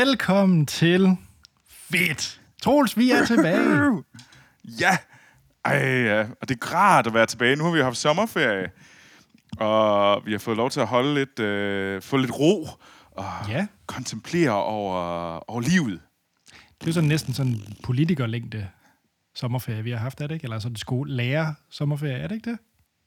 Velkommen til Fedt. Troels, vi er tilbage. Ja. Og det er rart at være tilbage. Nu har vi haft sommerferie, og vi har fået lov til at holde få lidt ro og kontemplere over livet. Det er jo sådan næsten sådan en politikerlængde sommerferie, vi har haft, er det ikke? Eller sådan en lærer sommerferie, er det ikke det?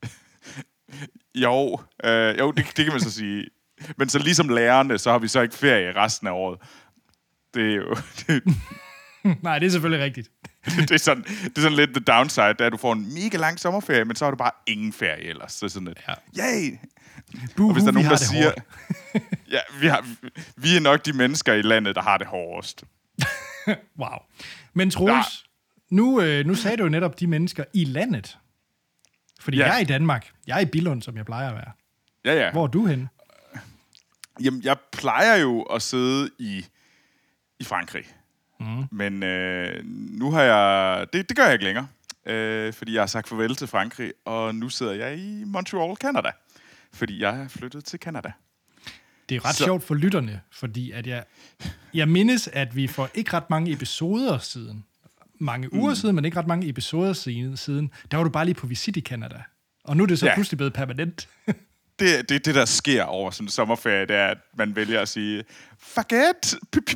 Jo, det kan man så sige. Men så ligesom lærerne, så har vi så ikke ferie resten af året. Det er jo... Nej, det er selvfølgelig rigtigt. det er sådan lidt the downside, at du får en mega lang sommerferie, men så har du bare ingen ferie ellers. Så sådan lidt, yay! Og hvis der er nogen, der siger... ja, vi er nok de mennesker i landet, der har det hårdest. Wow. Men Troels, nu sagde du jo netop de mennesker i landet. Fordi jeg er i Danmark. Jeg er i Billund, som jeg plejer at være. Ja. Hvor er du henne? Jamen, jeg plejer jo at sidde i Frankrig. Men nu har jeg... Det gør jeg ikke længere. Fordi jeg har sagt farvel til Frankrig, og nu sidder jeg i Montreal, Canada. Fordi jeg er flyttet til Canada. Det er ret sjovt for lytterne, fordi at jeg mindes, at vi for ikke ret mange episoder siden, mange uger siden, men ikke ret mange episoder siden, der var du bare lige på visit i Canada. Og nu er det så pludselig blevet permanent. Det, der sker over sådan en sommerferie, det er, at man vælger at sige, fuck it,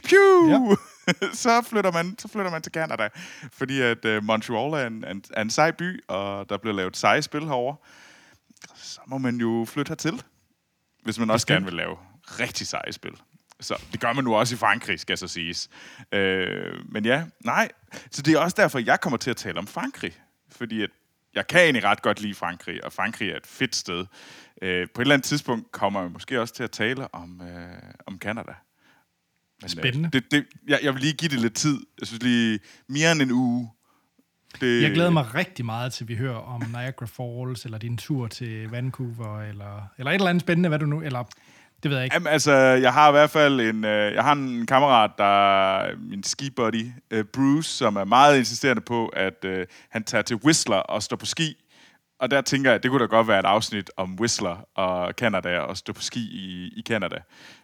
så flytter man til Canada. Fordi at Montreal er en sej by, og der bliver lavet seje spil herovre. Så må man jo flytte hertil, hvis man også gerne vil lave rigtig seje spil. Så det gør man nu også i Frankrig, skal så siges. Men så det er også derfor, jeg kommer til at tale om Frankrig. Fordi at jeg kan egentlig ret godt lide Frankrig, og Frankrig er et fedt sted. På et eller andet tidspunkt kommer jeg måske også til at tale om Canada. Men, spændende. Jeg vil lige give det lidt tid. Jeg synes lige mere end en uge. Jeg glæder mig rigtig meget til, at vi hører om Niagara Falls, eller din tur til Vancouver, eller et eller andet spændende, hvad du nu... Eller, det ved jeg ikke. Jamen, altså, jeg har i hvert fald en kammerat, der er min skibuddy, Bruce, som er meget insisterende på, at han tager til Whistler og står på ski. Og der tænker jeg, at det kunne da godt være et afsnit om Whistler og Canada og stå på ski i Canada.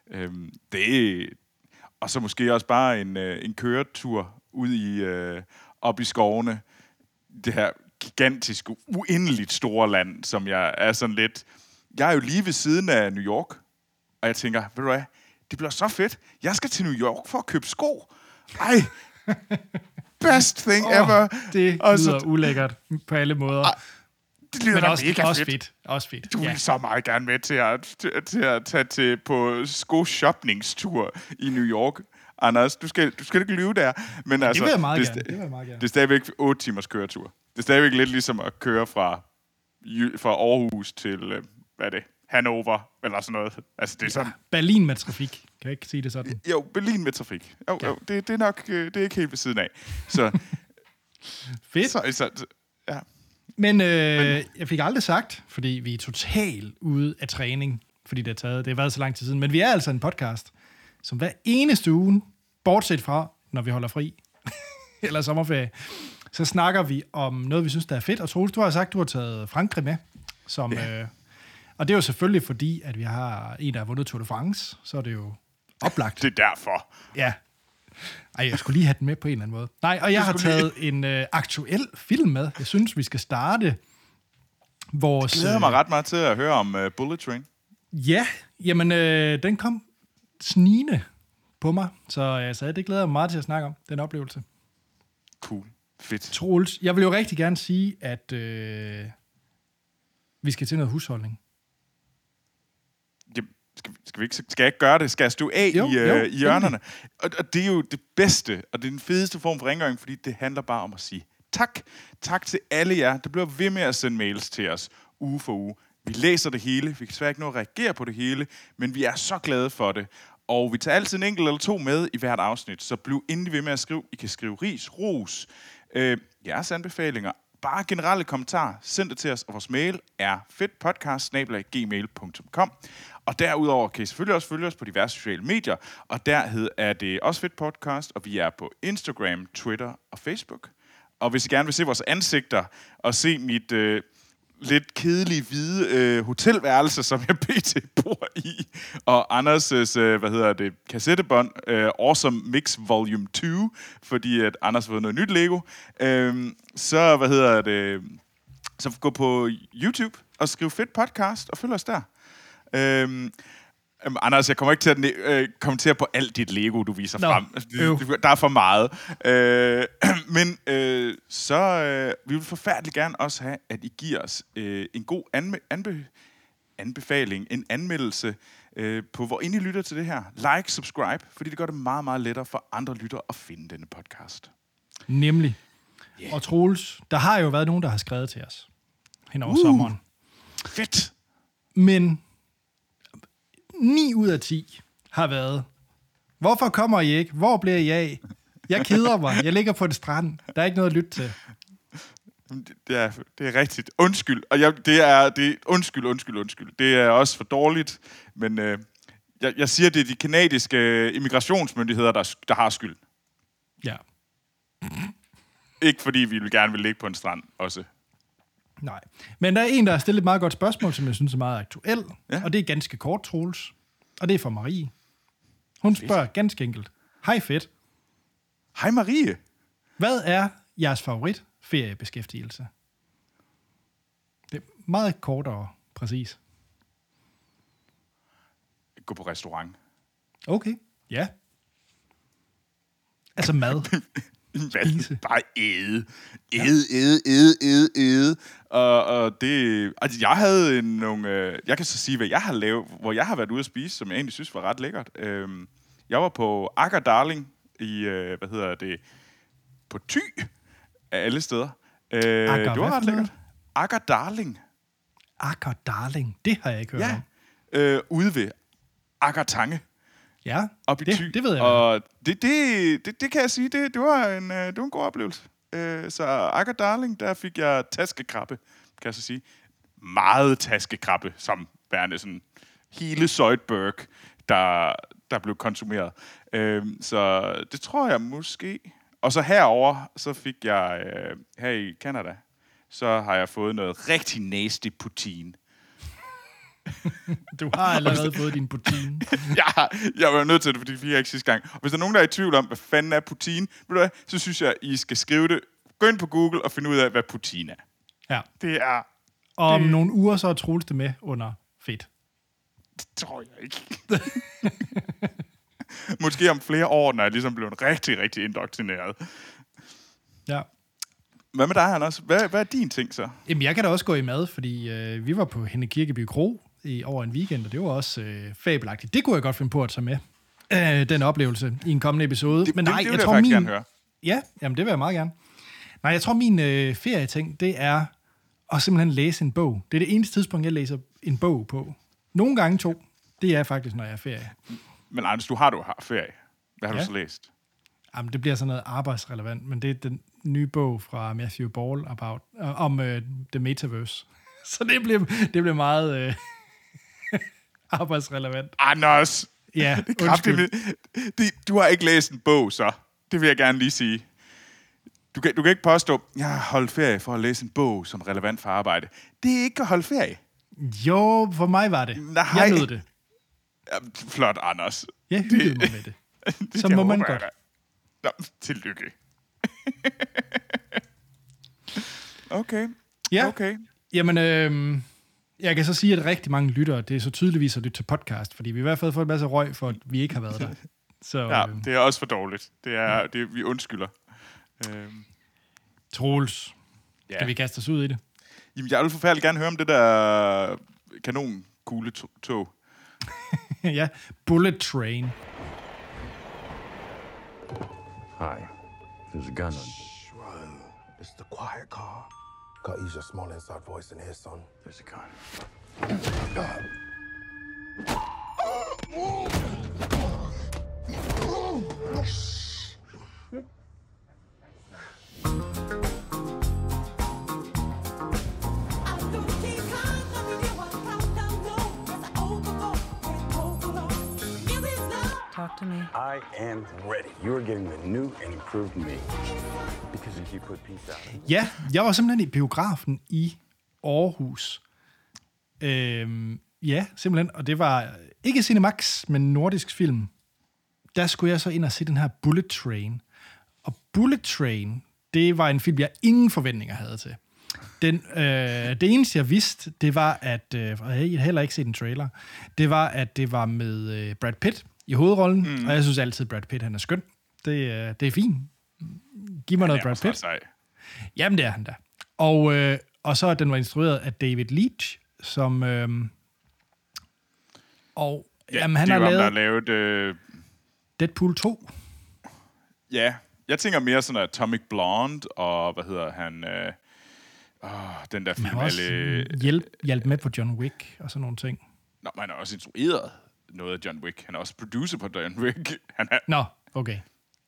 Og så måske også bare en køretur ud op i skovene. Det her gigantiske, uendeligt store land, som jeg er sådan lidt... Jeg er jo lige ved siden af New York, og jeg tænker, ved du hvad, det bliver så fedt. Jeg skal til New York for at købe sko. Ej, best thing ever. Det lyder ulækkert på alle måder. Det lyder også mega fedt. Også fedt. Du vil så meget gerne med til at tage på sko-shoppningstur i New York. Anders, du skal ikke lyve der. Men altså, det vil jeg meget gerne. Det er stadigvæk 8 timers køretur. Det er stadigvæk lidt ligesom at køre fra Aarhus til, hvad er det, Hannover, eller sådan noget. Altså, det er sådan... Berlin med trafik. Kan jeg ikke sige det sådan? Jo, Berlin med trafik. Jo, det er nok, det er ikke helt ved siden af. Så... Fedt. Ja. Men jeg fik aldrig sagt, fordi vi er totalt ude af træning, fordi det har været så lang tid siden. Men vi er altså en podcast, som hver eneste uge, bortset fra, når vi holder fri, eller sommerferie, så snakker vi om noget, vi synes, der er fedt. Og Troels, du har sagt, du har taget Frankrig med. Og det er jo selvfølgelig fordi, at vi har en, der har vundet Tour de France, så er det jo oplagt. Det er derfor. Ja. Ej, jeg skulle lige have den med på en eller anden måde. Nej, og jeg har taget en aktuel film med. Jeg synes, vi skal starte vores... Jeg glæder mig ret meget til at høre om Bullet Train. Ja, jamen, den kom snigende på mig, så jeg sagde, det glæder mig meget til at snakke om, den oplevelse. Cool. Fedt. Troels, jeg vil jo rigtig gerne sige, at vi skal til noget husholdning. Skal jeg ikke gøre det? Skal jeg stå af i hjørnerne? Og det er jo det bedste, og det er den fedeste form for rengøring, fordi det handler bare om at sige tak. Tak til alle jer, der bliver ved med at sende mails til os uge for uge. Vi læser det hele, vi kan svært ikke nå at reagere på det hele, men vi er så glade for det. Og vi tager altid en enkelt eller to med i hvert afsnit, så bliv endelig ved med at skrive. I kan skrive ris, ros, jeres anbefalinger, bare generelle kommentarer, send det til os, og vores mail er fedtpodcast@gmail.com. Og derudover kan I selvfølgelig også følge os på diverse sociale medier, og der er det også Fedt Podcast, og vi er på Instagram, Twitter og Facebook. Og hvis I gerne vil se vores ansigter og se mit lidt kedelige hvide hotelværelse, som jeg pt. bor i, og Anders' kassettebånd, Awesome Mix Volume 2, fordi at Anders har fået noget nyt Lego, så gå på YouTube og skriv fedt podcast og følg os der. Anders, jeg kommer ikke til at kommentere på alt dit Lego, du viser frem. Der er for meget. Vi vil forfærdeligt gerne også have, at I giver os en god anbefaling, en anmeldelse på, hvor I lytter til det her. Like, subscribe, fordi det gør det meget, meget lettere for andre lyttere at finde denne podcast. Nemlig. Yeah. Og Troels, der har jo været nogen, der har skrevet til os hen over sommeren. Fedt! Men 9 ud af 10 har været, hvorfor kommer I ikke? Hvor bliver I af? Jeg keder mig. Jeg ligger på en strand. Der er ikke noget at lytte til. Det er rigtigt. Undskyld. Og undskyld. Det er også for dårligt, men jeg siger, det er de kanadiske immigrationsmyndigheder, der har skyld. Ja. Ikke fordi vi gerne vil ligge på en strand også. Nej. Men der er en, der har stillet et meget godt spørgsmål, som jeg synes er meget aktuel. Ja. Og det er ganske kort, Troels. Og det er fra Marie. Hun spørger ganske enkelt. Hej fedt. Hej Marie. Hvad er jeres favorit feriebeskæftigelse? Det er meget kort og præcis. Gå på restaurant. Okay, ja. Altså mad. Bare æde. Og det... Altså, jeg havde nogle... jeg kan så sige, hvad jeg har lavet, hvor jeg har været ude at spise, som jeg egentlig synes var ret lækkert. Jeg var på Akker Darling i... på Thy af alle steder. Det var ret lækkert. Akker Darling. Akker Darling, det har jeg ikke hørt om. Ude ved Akker Tange. Ja, op i Thy. Det ved jeg. Og det kan jeg sige, det var en god oplevelse. Så Akker Darling, der fik jeg taskekrabbe, kan jeg så sige. Meget taskekrabbe, som værende sådan hele Zoidberg, der blev konsumeret. Så det tror jeg måske. Og så herover, så fik jeg her i Canada, så har jeg fået noget rigtig nasty poutine. Du har allerede fået din poutine. Jeg var nødt til det, fordi det fik jeg ikke sidste gang. Og hvis der er nogen, der er i tvivl om, hvad fanden er poutine, så synes jeg, I skal skrive det. Gå ind på Google og finde ud af, hvad poutine er. Ja. Det er... Og om nogle uger, så er Troels det med under fedt. Det tror jeg ikke. Måske om flere år, når jeg ligesom blev rigtig, rigtig indoktrineret. Ja. Hvad med dig, Anders? Hvad er din ting så? Jamen, jeg kan da også gå i mad, fordi vi var på Henne Kirkeby Kro over en weekend, og det var også fabelagtigt. Det kunne jeg godt finde på at tage med, den oplevelse, i en kommende episode. Men nej, det vil jeg faktisk gerne høre. Ja, jamen det vil jeg meget gerne. Nej, jeg tror, min ferieting, det er at simpelthen læse en bog. Det er det eneste tidspunkt, jeg læser en bog på. Nogle gange 2. Det er faktisk, når jeg er ferie. Men Anders, du har ferie. Hvad har du så læst? Jamen, det bliver sådan noget arbejdsrelevant, men det er den nye bog fra Matthew Ball om The Metaverse. Så det bliver meget arbejdsrelevant. Anders! Ja, du har ikke læst en bog, så. Det vil jeg gerne lige sige. Du kan ikke påstå, jeg har holdt ferie for at læse en bog, som er relevant for arbejde. Det er ikke at holde ferie. Jo, for mig var det. Nej. Jeg nød det. Ja, flot, Anders. Jeg hyggede mig med det. Så må man godt. Nå, tillykke. Okay. Ja. Okay. Jamen, jeg kan så sige, at rigtig mange lyttere, det er så tydeligvis at lytte til podcast, fordi vi i hvert fald får en masse røg for, at vi ikke har været der. Så, ja, det er også for dårligt. Vi undskylder. Troels, skal vi kaste os ud i det? Jamen, jeg vil forfærdeligt gerne høre om det der kanonkugle-tog. Ja, Bullet Train. Hi, there's a gun on. Shh, run. It's the quiet car. Gotta use your small inside voice in here, son. There's a gun. Talk to me. I am ready. You are getting the new and improved me. Because if you put peace out. Ja, jeg var simpelthen i biografen i Aarhus. Ja, simpelthen. Og det var ikke Cinemax, men nordisk film. Der skulle jeg så ind og se den her Bullet Train. Og Bullet Train, det var en film, jeg ingen forventninger havde til. Det eneste, jeg vidste, det var, at... og jeg har heller ikke set en trailer. Det var, at det var med Brad Pitt i hovedrollen. Og jeg synes altid, Brad Pitt, han er skøn. Det er fint. Giv mig noget Brad Pitt. Jamen, det er han da. Og så den var instrueret af David Leitch, som... jamen, han har lavet Deadpool 2. Ja, jeg tænker mere sådan Atomic Blonde, og hvad hedder han... den der film... Hjælp med på John Wick og sådan nogle ting. Nå, men han har også instrueret noget af John Wick. Han er også producer på John Wick. Okay.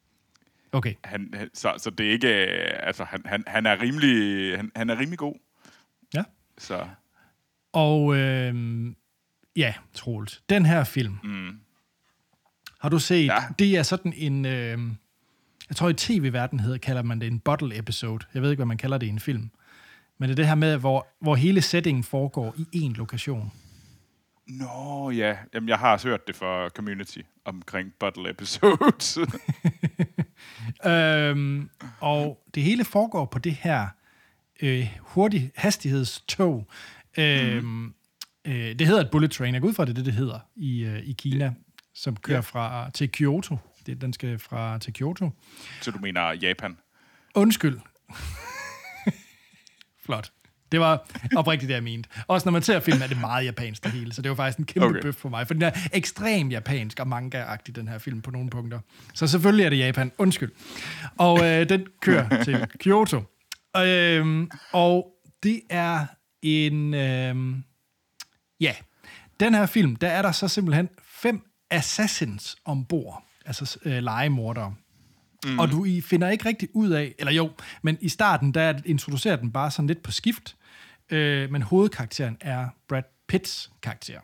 Så det er ikke... Altså, han er rimelig... Han er rimelig god. Ja. Så... Og... ja, Troels. Den her film... Har du set... Ja. Det er sådan en... jeg tror, i tv-verden kalder man det en bottle episode. Jeg ved ikke, hvad man kalder det i en film. Men det er det her med, hvor hele settingen foregår i én lokation. Nå, ja. Jamen, jeg har også hørt det fra Community omkring bottle episodes. Og det hele foregår på det her hurtig hastighedstog. Det hedder et bullet train. Jeg går ud fra, det hedder i Kina, som kører til Kyoto. Den skal til Kyoto. Så du mener Japan? Undskyld. Flot. Det var oprigtigt, det jeg mente. Også når man ser film, er det meget japansk det hele, så det var faktisk en kæmpe bøf for mig, for den er ekstremt japansk og manga-agtig, den her film på nogle punkter. Så selvfølgelig er det Japan. Undskyld. Og den kører til Kyoto. Og det er en... den her film, der er der så simpelthen 5 assassins ombord, altså legemordere. Og du finder ikke rigtig ud af, eller jo, men i starten, der introducerer den bare sådan lidt på skift, men hovedkarakteren er Brad Pitts karakter.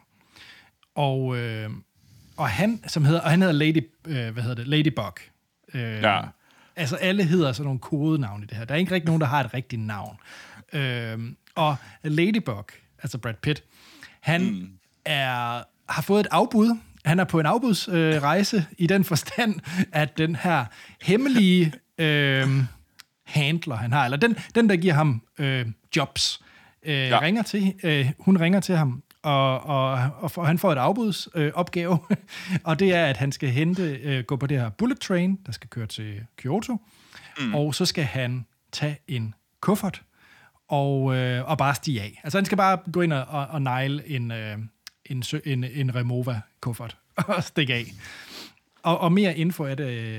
Og han hedder Ladybug. Altså alle hedder sådan nogle kodenavne i det her. Der er ikke rigtig nogen, der har et rigtigt navn. Og Ladybug, altså Brad Pitt, han har fået et afbud. Han er på en afbudsrejse i den forstand, at den her hemmelige handler, han har, eller den der giver ham jobs, hun ringer til ham, og han får et afbudsopgave, og det er, at han skal gå på det her bullet train, der skal køre til Kyoto, og så skal han tage en kuffert og bare stige af. Altså han skal bare gå ind og negle en Remova-kuffert og stikke af. Og mere info er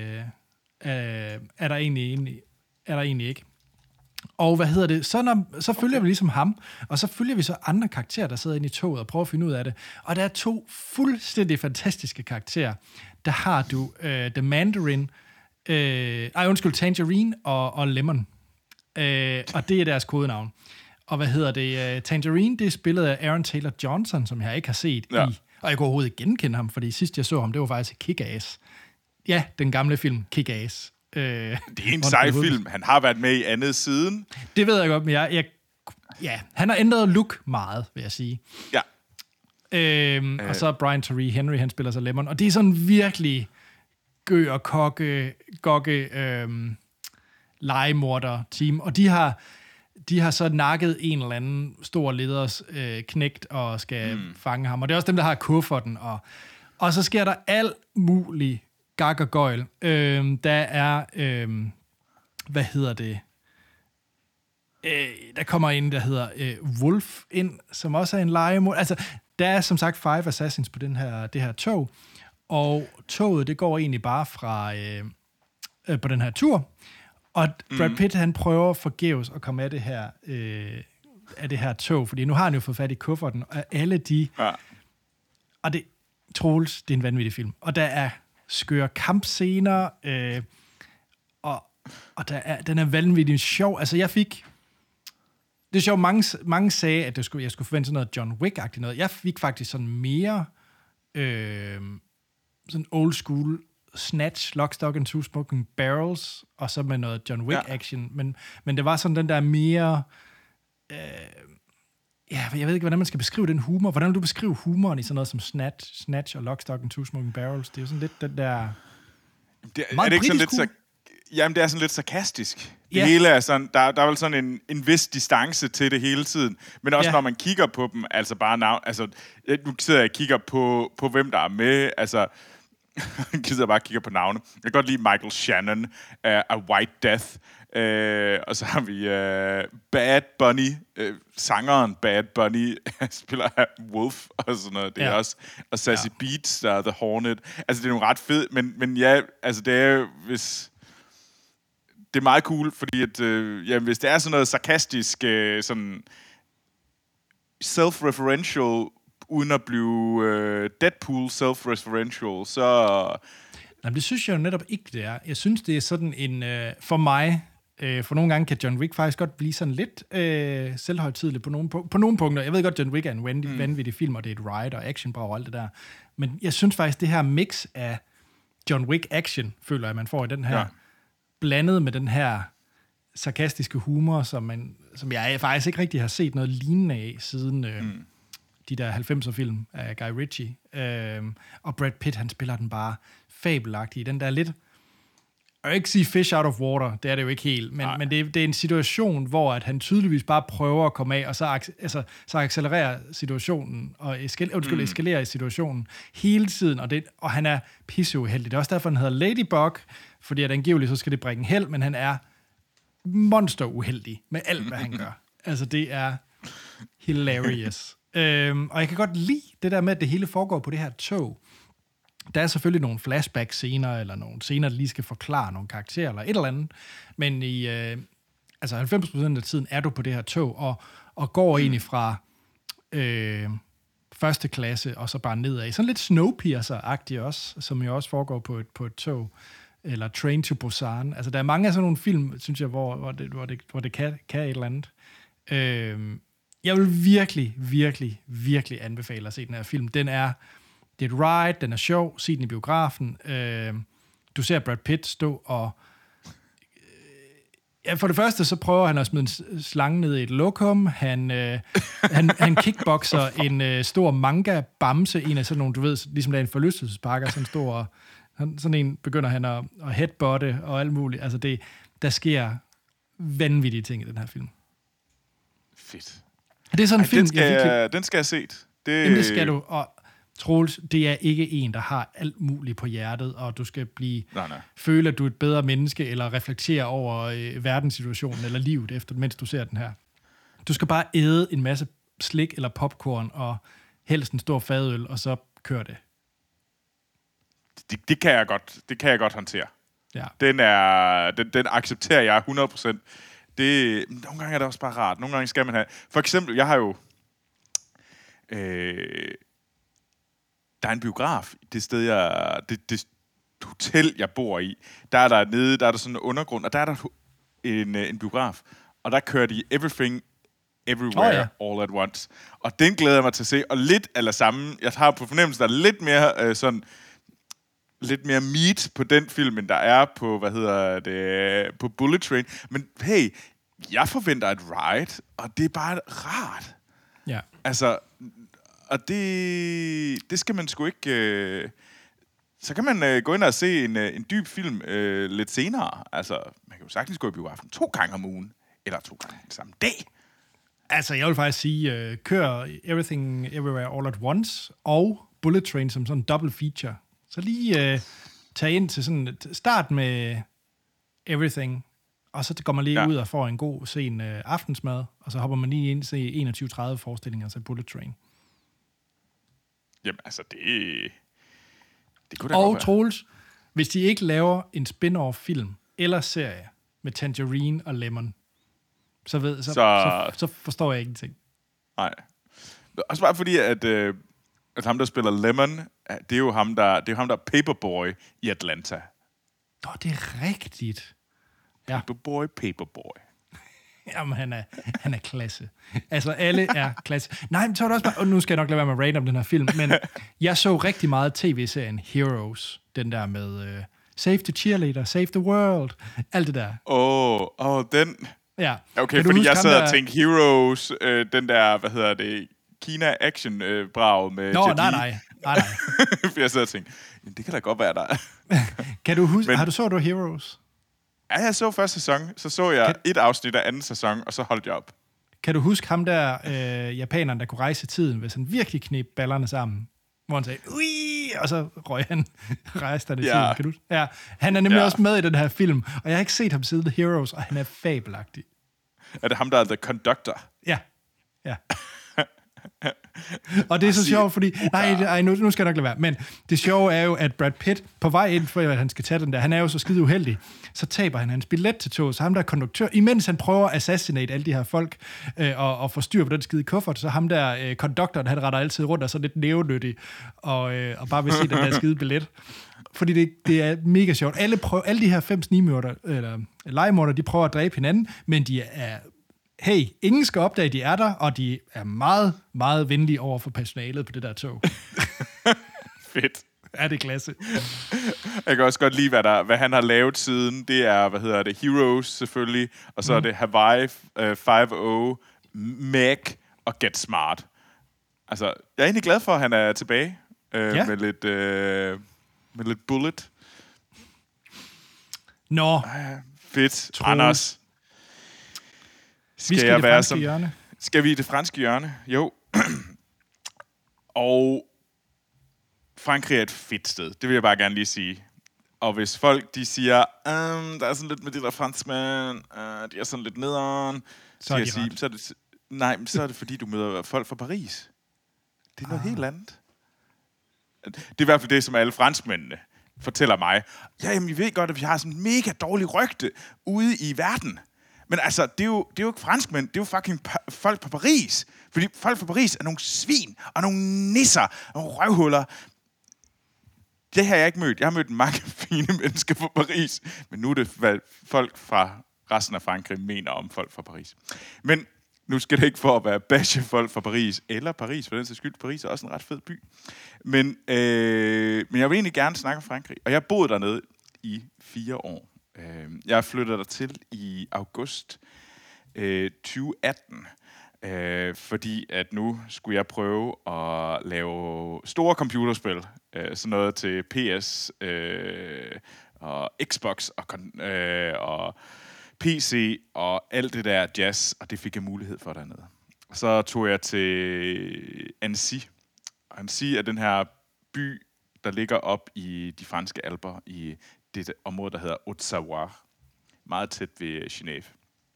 der egentlig ikke. Og hvad hedder det? Så følger vi ligesom ham, og så følger vi så andre karakterer, der sidder inde i toget og prøver at finde ud af det. Og der er 2 fuldstændig fantastiske karakterer. Der har du The Mandarin, Tangerine og Lemon. Og det er deres kodenavn. Og hvad hedder det? Tangerine, det er spillet af Aaron Taylor Johnson, som jeg ikke har set i. Og jeg kunne overhovedet ikke genkende ham, fordi sidst jeg så ham, det var faktisk Kick-Ass. Ja, den gamle film Kick-Ass. Det er en sej film. Han har været med i andet siden. Det ved jeg godt, men han har ændret look meget, vil jeg sige. Ja. Og så Brian Tyree Henry, han spiller så Lemon. Og det er sådan virkelig gø og gokke legemorder-team. Og de har så nakket en eller anden stor leders knægt og skal fange ham. Og det er også dem, der har kufferten. Og så sker der alt muligt gak og gøjl. Der er, der kommer en, der hedder Wolf ind, som også er en legemorder. Altså, der er som sagt 5 assassins på det her tog. Og toget, det går egentlig bare fra på den her tur. Og Brad Pitt, han prøver forgæves at komme af det her tog, fordi nu har han jo fået fat i kufferten, og alle de... Ja. Og det... Troels, det er en vanvittig film. Og der er skøre kampscener, og den er vanvittigt sjov. Altså, jeg fik... Det er sjovt, mange sagde, at jeg skulle forvente sådan noget John Wick-agtigt noget. Jeg fik faktisk sådan mere sådan old school Snatch, Lock, Stock and Two Smoking Barrels, og så med noget John Wick-action. Men det var sådan den der mere Ja, jeg ved ikke, hvordan man skal beskrive den humor. Hvordan vil du beskrive humoren i sådan noget som Snatch og Lock, Stock and Two Smoking Barrels? Det er jo sådan lidt den der... Er det ikke sådan lidt... Jamen, det er sådan lidt sarkastisk. Det hele er sådan... Der er vel sådan en vis distance til det hele tiden. Men også når man kigger på dem, altså bare navn... Altså, nu sidder jeg og kigger på hvem der er med. Altså, jeg sidder bare og kigger på navne. Jeg kan godt lide Michael Shannon af White Death. Og så har vi Bad Bunny, sangeren Bad Bunny, spiller Wolf og sådan noget. Det er også, og Sassy Beats, der er The Hornet. Altså, det er nogle ret fedt, men ja, altså, det er hvis... Det er meget cool, fordi at, hvis det er sådan noget sarkastisk, sådan self-referential, uden at blive Deadpool self-referential, så... Jamen, det synes jeg jo netop ikke, det er. Jeg synes, det er sådan en... for mig... for nogle gange kan John Wick faktisk godt blive sådan lidt selvhøjtidelig på nogle punkter. Jeg ved godt, John Wick er en vanvittig film, og det er et ride og actionbrag og alt det der. Men jeg synes faktisk, det her mix af John Wick action, føler jeg, man får i den her, blandet med den her sarkastiske humor, som jeg faktisk ikke rigtig har set noget lignende af siden de der 90'er film af Guy Ritchie. Og Brad Pitt, han spiller den bare fabelagtigt. Den der lidt... Jeg vil ikke sige fish out of water, det er det jo ikke helt, men det er en situation, hvor at han tydeligvis bare prøver at komme af, og så accelererer situationen, og eskalerer i situationen hele tiden, og han er pisseuheldig. Det er også derfor, han hedder Ladybug, fordi at angiveligt så skal det bringe held, men han er monsteruheldig med alt, hvad han gør. Altså, det er hilarious. Og jeg kan godt lide det der med, at det hele foregår på det her tog. Der er selvfølgelig nogle flashback-scener, eller nogle scener, der lige skal forklare nogle karakterer, eller et eller andet. Men i 90% af tiden er du på det her tog, og går egentlig fra første klasse, og så bare nedad. Sådan lidt Snowpiercer-agtigt også, som jo også foregår på et tog, eller Train to Busan. Altså, der er mange af sådan nogle film, synes jeg, hvor det kan et eller andet. Jeg vil virkelig, virkelig, virkelig anbefale at se den her film. Det er et ride, den er sjov, se den i biografen. Du ser Brad Pitt stå og... for det første, så prøver han at smide en slange ned i et lokum. Han kickboxer en stor manga-bamse, en af sådan nogle, du ved, ligesom der er en forlystelsesparker, sådan stor... Sådan en begynder han at headbutte og alt muligt. Altså, der sker vanvittige ting i den her film. Fedt. Det er sådan en film, den skal jeg set. Jamen, det skal du, og Troels, det er ikke en, der har alt muligt på hjertet, og du skal føle, at du er et bedre menneske, eller reflektere over verdenssituationen eller livet efter, mens du ser den her. Du skal bare æde en masse slik eller popcorn, og helst en stor fadøl, og så kør det. Det kan jeg godt håndtere. Ja. Den accepterer jeg 100%. Nogle gange er det også bare rart. Nogle gange skal man have... For eksempel, jeg har jo... der er en biograf, det sted, det hotel, jeg bor i. Der er der sådan en undergrund, og der er der en biograf. Og der kører de Everything, Everywhere, All at Once. Og den glæder jeg mig til at se. Og lidt eller samme, jeg har på fornemmelse, der er lidt mere lidt mere meat på den film, end der er på, på Bullet Train. Men hey, jeg forventer et ride, og det er bare rart. Ja. Altså, og det skal man sgu ikke... så kan man gå ind og se en dyb film lidt senere. Altså, man kan jo sagtens gå i biografen 2 gange om ugen, eller 2 gange den samme dag. Altså, jeg vil faktisk sige, kør Everything, Everywhere, All at Once, og Bullet Train som sådan en double feature. Så lige tage ind til sådan start med Everything, og så går man lige ud og får en god sen aftensmad, og så hopper man lige ind til 21:30 forestillinger til Bullet Train. Jamen, altså, det kunne da godt være. Og Troels, hvis de ikke laver en spin-off film eller serie med Tangerine og Lemon, så forstår jeg ingenting. Nej. Også bare fordi, at ham, der spiller Lemon, det er jo ham, der er Paperboy i Atlanta. Det er rigtigt. Ja. Paperboy. Jamen, han er klasse. Altså, alle er klasse. Nej, men så er det også bare... Og nu skal jeg nok lade være med at rate om den her film, men jeg så rigtig meget tv-serien Heroes. Den der med Save the Cheerleader, Save the World. Alt det der. Den... Ja. Okay, Kan du fordi huske jeg ham sad og der- tænkte Heroes, den der, Kina Action-brag med Nå, Jet Li. nej. For jeg sad og tænkte, det kan da godt være, der Kan du huske, Men- så du Heroes? Ja, jeg så første sæson, så jeg et afsnit af anden sæson, og så holdt jeg op. Kan du huske ham der, japaneren, der kunne rejse i tiden, hvis han virkelig knep ballerne sammen? Hvor han sagde, ui, og så røg han rejste han i tiden. Kan du? Ja, han er nemlig også med i den her film, og jeg har ikke set ham siden The Heroes, og han er fabelagtig. Er det ham, der er The Conductor? Ja. Og det er så sjovt, fordi... Nej, nu skal jeg nok lade være. Men det sjove er jo, at Brad Pitt, på vej ind, for at han skal tage den der, han er jo så skide uheldig, så taber han hans billet til toget. Så ham der er konduktør, imens han prøver at assassinate alle de her folk, og få styr på den skide kuffert, så ham der conductoren, han retter altid rundt og så lidt nævenyttig, og bare vil se den der skide billet. Fordi det er mega sjovt. Alle de her 5 snigmørder, eller legemorder, de prøver at dræbe hinanden, men de er... Hey, ingen skal opdage, at de er der, og de er meget, meget venlige over for personalet på det der tog. Fedt. Er det klasse? Jeg kan også godt lide, hvad han har lavet siden. Det er, Heroes selvfølgelig, og så er det Hawaii 5.0, Meg og Get Smart. Altså, jeg er egentlig glad for, at han er tilbage med lidt bullet. Nå, Fedt. Troels. Anders. vi skal i det franske hjørne. Skal vi i det franske hjørne? Jo. Og Frankrig er et fedt sted. Det vil jeg bare gerne lige sige. Og hvis folk, de siger, der er sådan lidt med de der franskmænd, de er sådan lidt nederen, Så er de ret. så er det fordi, du møder folk fra Paris. Det er noget helt andet. Det er i hvert fald det, som alle franskmændene fortæller mig. Ja, jamen, I ved godt, at vi har sådan en mega dårlig rygte ude i verden. Men altså, det er jo ikke franskmænd, det er jo fucking folk på Paris. Fordi folk fra Paris er nogle svin, og nogle nisser, nogle røvhuller. Det har jeg ikke mødt. Jeg har mødt mange fine mennesker fra Paris. Men nu er det, hvad folk fra resten af Frankrig mener om folk fra Paris. Men nu skal det ikke for at være bashe folk fra Paris, eller Paris, for den sags skyld. Paris er også en ret fed by. Men jeg vil egentlig gerne snakke om Frankrig. Og jeg har boet dernede i 4 år. Jeg flyttede der til i august 2018, fordi at nu skulle jeg prøve at lave store computerspil, sådan noget til PS og Xbox og PC og alt det der jazz, og det fik jeg mulighed for dernede. Så tog jeg til Annecy. Annecy er den her by, der ligger op i de franske alper i det område, der hedder Haute-Savoie, meget tæt ved Genève.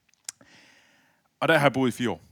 Og der har jeg boet i 4 år.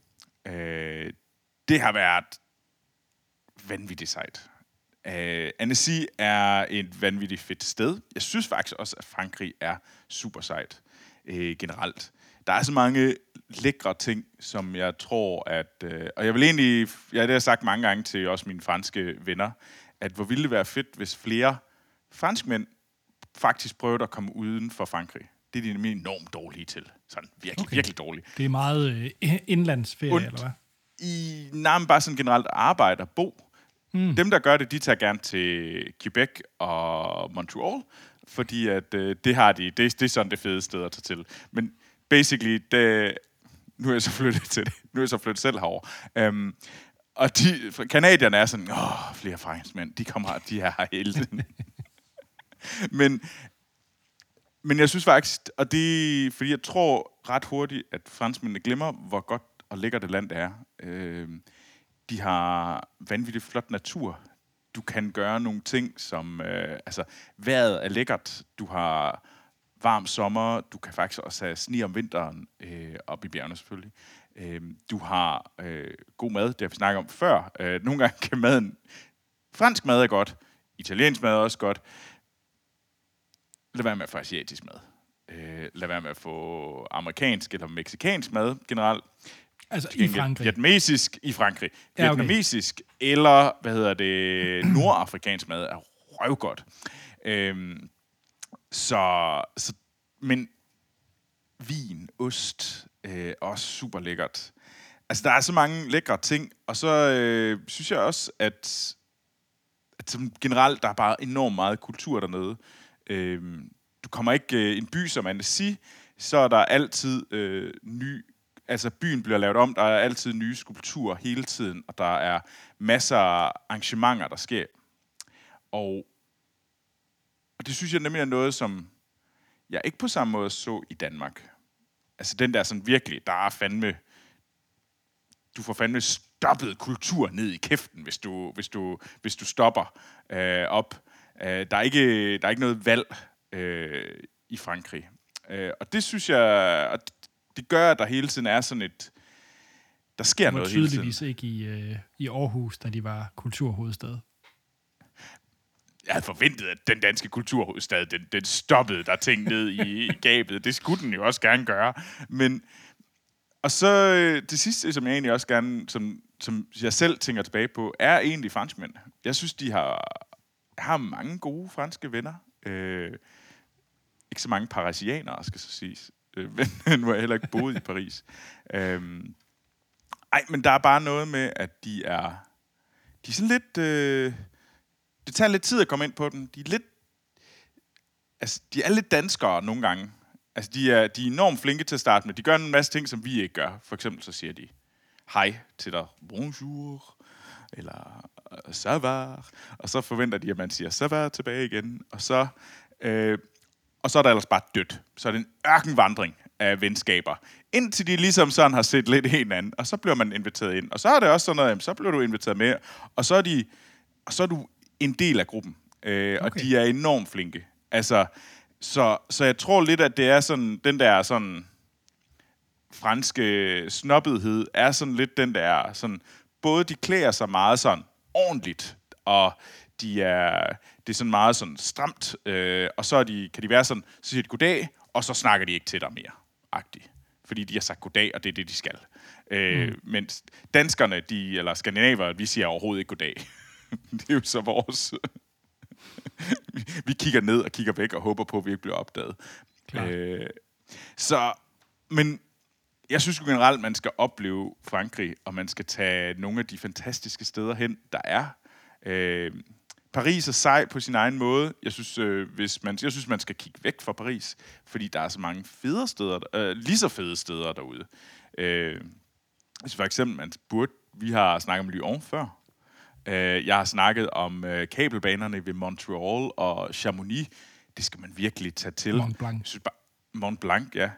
Det har været vanvittigt sejt. Annecy er et vanvittigt fedt sted. Jeg synes faktisk også, at Frankrig er super sejt generelt. Der er så mange lækre ting, som jeg tror, at... og jeg vil egentlig... det har jeg sagt mange gange til også mine franske venner, at hvor ville det være fedt, hvis flere franskmænd faktisk prøvede at komme uden for Frankrig. Det er de nemlig enormt dårlige til. Sådan virkelig dårlige. Det er meget indlandsferie, eller hvad? Men bare sådan generelt arbejde og bo. Dem, der gør det, de tager gerne til Quebec og Montreal, fordi at det har de. Det er sådan det fede sted at tage til. Men basically, nu er jeg så flyttet til det. Nu er jeg så flyttet selv herover. Og kanadierne er sådan, flere franskmænd, de er her hele tiden. Men jeg synes faktisk, og det fordi jeg tror ret hurtigt, at franskmændene glemmer, hvor godt og lækkert det land det er. De har vanvittigt flot natur. Du kan gøre nogle ting, som... vejret er lækkert. Du har varm sommer. Du kan faktisk også have sne om vinteren, op i bjergene selvfølgelig. Du har god mad, det har vi snakket om før. Nogle gange kan maden... Fransk mad er godt. Italiensk mad er også godt. Lad være med at få asiatisk mad. Lad være med at få amerikansk eller mexicansk mad generelt. Altså i Frankrig? Vietnamesisk i Frankrig. Ja, okay. Vietnamesisk eller, nordafrikansk mad er røvgodt. Men vin, ost, også super lækkert. Altså, der er så mange lækre ting, og så synes jeg også, at som generelt, der er bare enormt meget kultur dernede. Du kommer ikke... en by som Annecy, så er der altid altså byen bliver lavet om, der er altid nye skulpturer hele tiden, og der er masser af arrangementer, der sker. Og det synes jeg nemlig er noget, som jeg ikke på samme måde så i Danmark. Altså den der sådan virkelig, der er fandme, du får fandme stoppet kultur ned i kæften, hvis du stopper op. Der er ikke noget valg i Frankrig. Og det synes jeg, og det gør, at der hele tiden er sådan et, der sker noget hele tiden. Tydeligvis ikke i Aarhus, da de var kulturhovedstad. Jeg havde forventet, at den danske kulturhovedstad, den stoppede der ting ned i gabet. Det skulle den jo også gerne gøre. Men, og så det sidste, som jeg egentlig også gerne, som jeg selv tænker tilbage på, er egentlig franskmænd. Jeg synes, jeg har mange gode franske venner. Ikke så mange parisianere, skal så siges. Men nu har jeg heller ikke boet i Paris. Men der er bare noget med, at de er sådan lidt... det tager lidt tid at komme ind på den. De er lidt danskere nogle gange. Altså, de er enormt flinke til at starte med. De gør en masse ting, som vi ikke gør. For eksempel så siger de hej til dig. Bonjour. Eller ça va. Og så forventer de, at man siger ça va tilbage igen. Og så er der ellers bare dødt. Så er det en ørkenvandring af venskaber. Indtil de ligesom sådan har set lidt hinanden. Og så bliver man inviteret ind. Og så er det også sådan noget, så bliver du inviteret med. Og så er du en del af gruppen. Okay. Og de er enormt flinke. Altså, så jeg tror lidt, at det er sådan, den der sådan franske snobbethed, er sådan lidt den der sådan, både de klæder sig meget sådan ordentligt, og det er sådan meget sådan stramt, og så kan de være sådan, så siger de goddag, og så snakker de ikke til dig mere, agtigt. Fordi de har sagt goddag, og det er det, de skal. Mens danskerne, eller skandinaver, vi siger overhovedet ikke goddag. Det er jo så vores... Vi kigger ned og kigger væk og håber på, at vi ikke bliver opdaget. Men jeg synes jo generelt, man skal opleve Frankrig, og man skal tage nogle af de fantastiske steder hen, der er. Paris er sej på sin egen måde. Jeg synes, man skal kigge væk fra Paris, fordi der er så mange fede steder, lige så fede steder derude. For eksempel, vi har snakket om Lyon før. Jeg har snakket om kabelbanerne ved Montreal og Chamonix. Det skal man virkelig tage til. Mont Blanc, ja.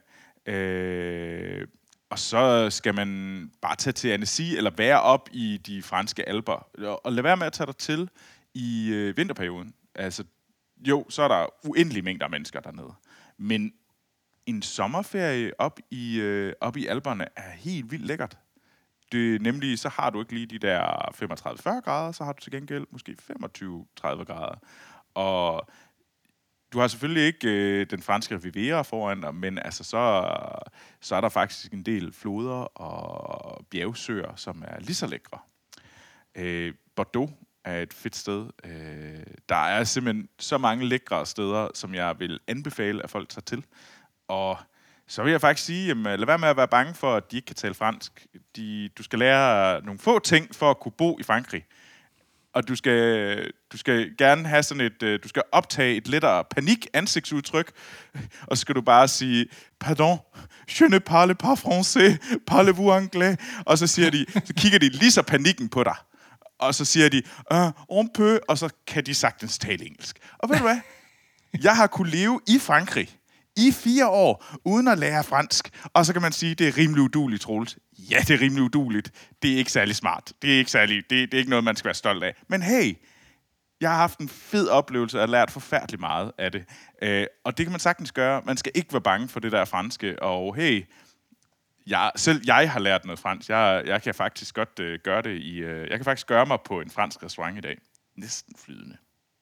Og så skal man bare tage til Annecy, eller være op i de franske alper. Og lad være med at tage dig til i vinterperioden. Altså, jo, så er der uendelige mængder af mennesker dernede. Men en sommerferie op i alperne er helt vildt lækkert. Nemlig, så har du ikke lige de der 35-40 grader, så har du til gengæld måske 25-30 grader. Og du har selvfølgelig ikke den franske Riviera foran dig, men altså, så er der faktisk en del floder og bjergsøer, som er lige så lækre. Bordeaux er et fedt sted. Der er simpelthen så mange lækre steder, som jeg vil anbefale, at folk tager til. Og så vil jeg faktisk sige, jamen, lad være med at være bange for, at de ikke kan tale fransk. Du skal lære nogle få ting for at kunne bo i Frankrig. Og du skal gerne have sådan du skal optage et lettere panik-ansigtsudtryk, og så skal du bare sige, pardon, je ne parle pas français, parlez-vous anglais? Og så kigger de lige så panikken på dig. Og så siger de, on peut, og så kan de sagtens tale engelsk. Og ved du hvad? Jeg har kunnet leve i Frankrig i 4 år, uden at lære fransk. Og så kan man sige, det er rimelig udueligt, Troels. Ja, det er rimelig uduligt. Det er ikke særlig smart. Det er ikke noget, man skal være stolt af. Men hey, jeg har haft en fed oplevelse og lært forfærdeligt meget af det. Og det kan man sagtens gøre. Man skal ikke være bange for det der franske. Og hey, selv jeg har lært noget fransk. Jeg kan faktisk godt gøre det jeg kan faktisk gøre mig på en fransk restaurant i dag. Næsten flydende.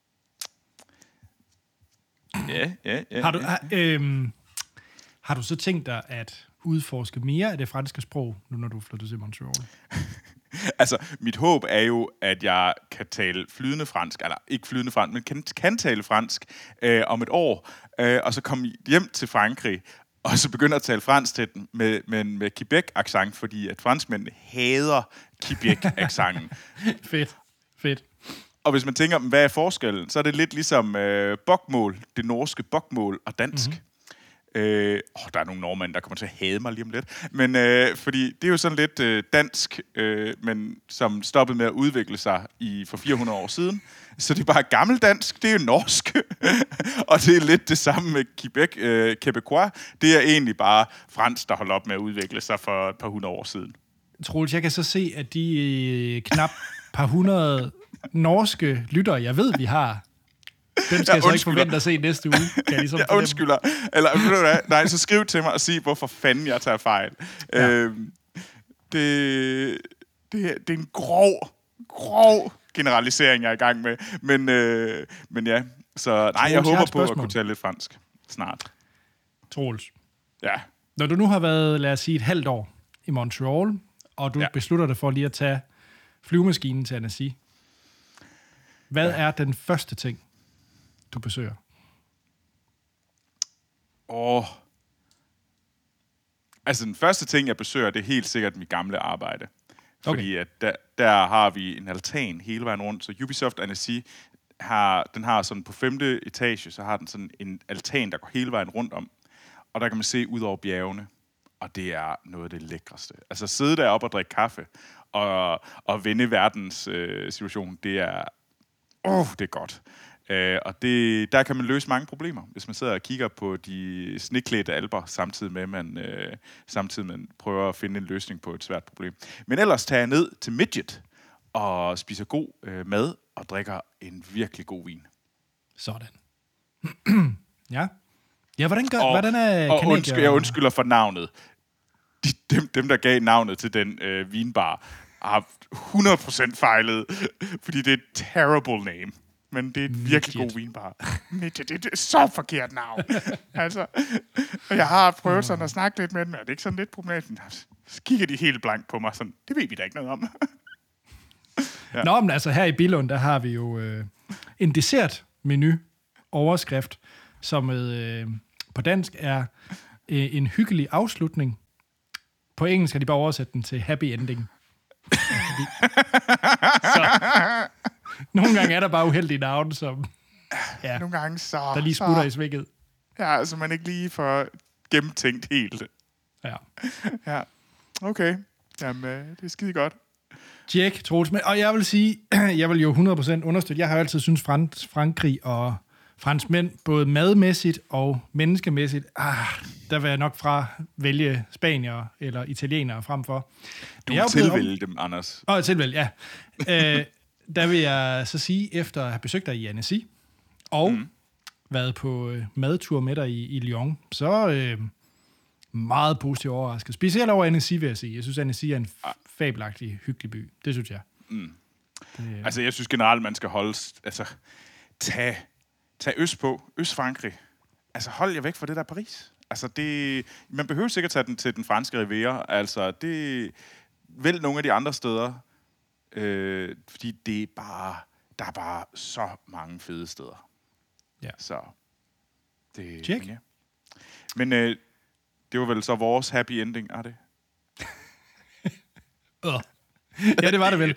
Ja. Har du så tænkt dig at udforske mere af det franske sprog, nu når du flytter til Montreal? Altså, mit håb er jo, at jeg kan tale flydende fransk, eller ikke flydende fransk, men kan tale fransk om et år, og så komme hjem til Frankrig, og så begynde at tale fransk til den med Quebec-accent, fordi at franskmændene hader Quebec-accenten. Fedt. Og hvis man tænker, hvad er forskellen, så er det lidt ligesom bokmål, det norske bokmål og dansk. Der er nogle nordmænd, der kommer til at hade mig lige om lidt. Men fordi det er jo sådan lidt dansk, men som stoppede med at udvikle sig for 400 år siden. Så det er bare gammeldansk, det er jo norsk. Og det er lidt det samme med Quebec, Quebecois. Det er egentlig bare fransk, der holdt op med at udvikle sig for et par hundrede år siden. Troels, jeg kan så se, at de knap par hundrede norske lytter, jeg ved, vi har, dem skal jeg så ikke forvente at se næste uge. Kan jeg ligesom jeg undskylder. Eller, ved du hvad? Nej, så skriv til mig og sig, hvorfor fanden jeg tager fejl. Ja. Det er en grov generalisering, jeg er i gang med. Men ja, så nej, jeg håber på at kunne tale lidt fransk snart. Troels. Ja. Når du nu har været, lad os sige, et halvt år i Montreal, og du beslutter dig for lige at tage flyvemaskinen til Annecy, hvad er den første ting, du besøger? Altså, den første ting, jeg besøger, det er helt sikkert mit gamle arbejde. Fordi at der har vi en altan hele vejen rundt. Så Ubisoft Annecy har sådan på 5. etage, så har den sådan en altan, der går hele vejen rundt om. Og der kan man se ud over bjergene. Og det er noget af det lækreste. Altså sidde deroppe og drikke kaffe og vende verdens situation, det er det er godt. Og der kan man løse mange problemer, hvis man sidder og kigger på de sneklædte alper, samtidig med, man prøver at finde en løsning på et svært problem. Men ellers tager jeg ned til Midget og spiser god mad og drikker en virkelig god vin. Sådan. Ja. Ja, hvordan er jeg undskylder for navnet. Dem der gav navnet til den vinbar, har 100% fejlet, fordi det er et terrible name. Men det er et virkelig god vinbar. Midget, det er så forkert navn. Altså, og jeg har prøvet sådan at snakke lidt med dem, og det er ikke sådan lidt problematisk. Så kigger de helt blank på mig sådan, det ved vi da ikke noget om. Ja. Nå, men altså her i Billund, der har vi jo en dessertmenu overskrift, som på dansk er en hyggelig afslutning. På engelsk kan de bare oversætte den til happy ending. Så nogle gange er der bare uheldige navne, som nogle gange så, der lige smutter i svinget. Ja, altså man ikke lige får gennemtænkt helt. Ja. Okay. Jamen, det er skide godt. Jack, Troels. Og jeg vil sige, jeg vil jo 100% understøtte. Jeg har jo altid syntes, Frankrig og franskmænd, både madmæssigt og menneskemæssigt, der vil jeg nok vælge spanier eller italienere frem for. Du vil tilvælge dem, Anders. Tilvælge, ja. Der vil jeg så sige, efter at have besøgt dig i Annecy, og været på madtur med dig i Lyon, så meget positivt overrasket. Specielt over Annecy, vil jeg sige. Jeg synes, Annecy er en fabelagtig, hyggelig by. Det synes jeg. Altså, jeg synes generelt, man skal holde... Altså, tag Østfrankrig. Altså, hold jer væk fra det der Paris. Altså, man behøver sikkert tage den til den franske Riviera. Altså, vælg nogle af de andre steder. Fordi der er bare så mange fede steder. Ja. Så det... Check. Ja. Men det var vel så vores happy ending, er det? Ja, det var det vel.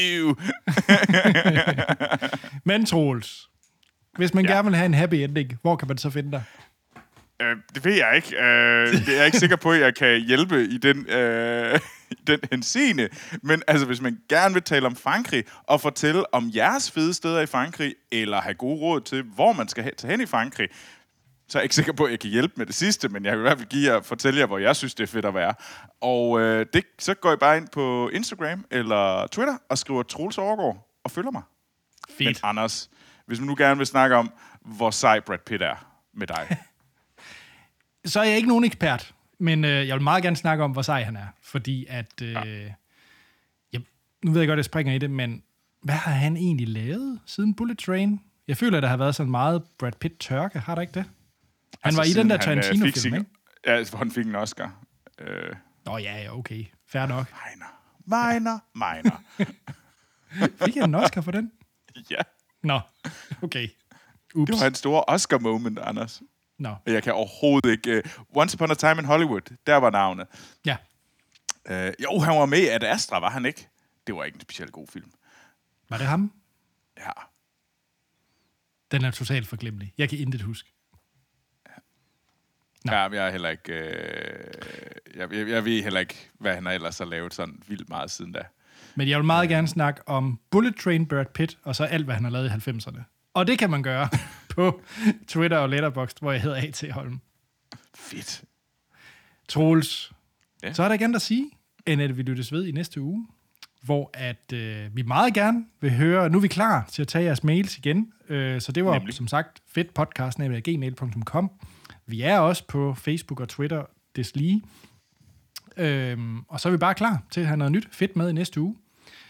Men Troels, hvis man gerne vil have en happy ending, hvor kan man så finde dig? Det ved jeg ikke. Det er jeg ikke sikker på, at jeg kan hjælpe i den henseende. Men altså, hvis man gerne vil tale om Frankrig, og fortælle om jeres fede steder i Frankrig, eller have gode råd til, hvor man skal tage hen i Frankrig, så er jeg ikke sikker på, at jeg kan hjælpe med det sidste, men jeg vil i hvert fald fortælle jer, hvor jeg synes, det er fedt at være. Og så går I bare ind på Instagram eller Twitter og skriver Troels Overgaard og følger mig. Fedt. Men Anders, hvis man nu gerne vil snakke om, hvor sej Brad Pitt er med dig. Så er jeg ikke nogen ekspert, men jeg vil meget gerne snakke om, hvor sej han er. Fordi at... nu ved jeg godt, at jeg springer i det, men hvad har han egentlig lavet siden Bullet Train? Jeg føler, at der har været sådan meget Brad Pitt-tørke. Har der ikke det? Han var i den der Tarantino-film, ikke? Ja, hvor han fik en Oscar. Ja, okay. Fair nok. Minor. Fik han en Oscar for den? Ja. Nå, okay. Ups. Det var en stor Oscar-moment, Anders. Nå. Jeg kan overhovedet ikke... Once Upon a Time in Hollywood, der var navnet. Ja. Jo, han var med i Ad Astra, var han ikke? Det var ikke en specielt god film. Var det ham? Ja. Den er totalt forglemmelig. Jeg kan intet huske. Ja, men jeg er heller ikke... jeg ved heller ikke, hvad han ellers har lavet sådan vildt meget siden da. Men jeg vil meget gerne snakke om Bullet Train Brad Pitt, og så alt, hvad han har lavet i 90'erne. Og det kan man gøre på Twitter og Letterboxd, hvor jeg hedder A.T. Holm. Fedt. Troels, Ja. så er der ikke andet at sige, end at vi lyttes ved i næste uge, hvor at vi meget gerne vil høre, nu er vi klar til at tage jeres mails igen, så det var Nemlig. som sagt fedtpodcast@gmail.com. Vi er også på Facebook og Twitter, deslige. Og så er vi bare klar til at have noget nyt fedt med i næste uge.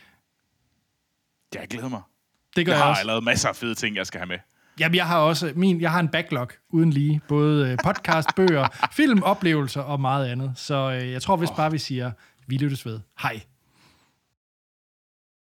Jeg glæder mig. Det gør Jeg jeg har også. allerede masser af fede ting, jeg skal have med. Jamen, jeg har en backlog uden lige. Både podcast, bøger, film, oplevelser og meget andet. Så jeg tror vist bare, vi siger, vi lyttes ved. Hej.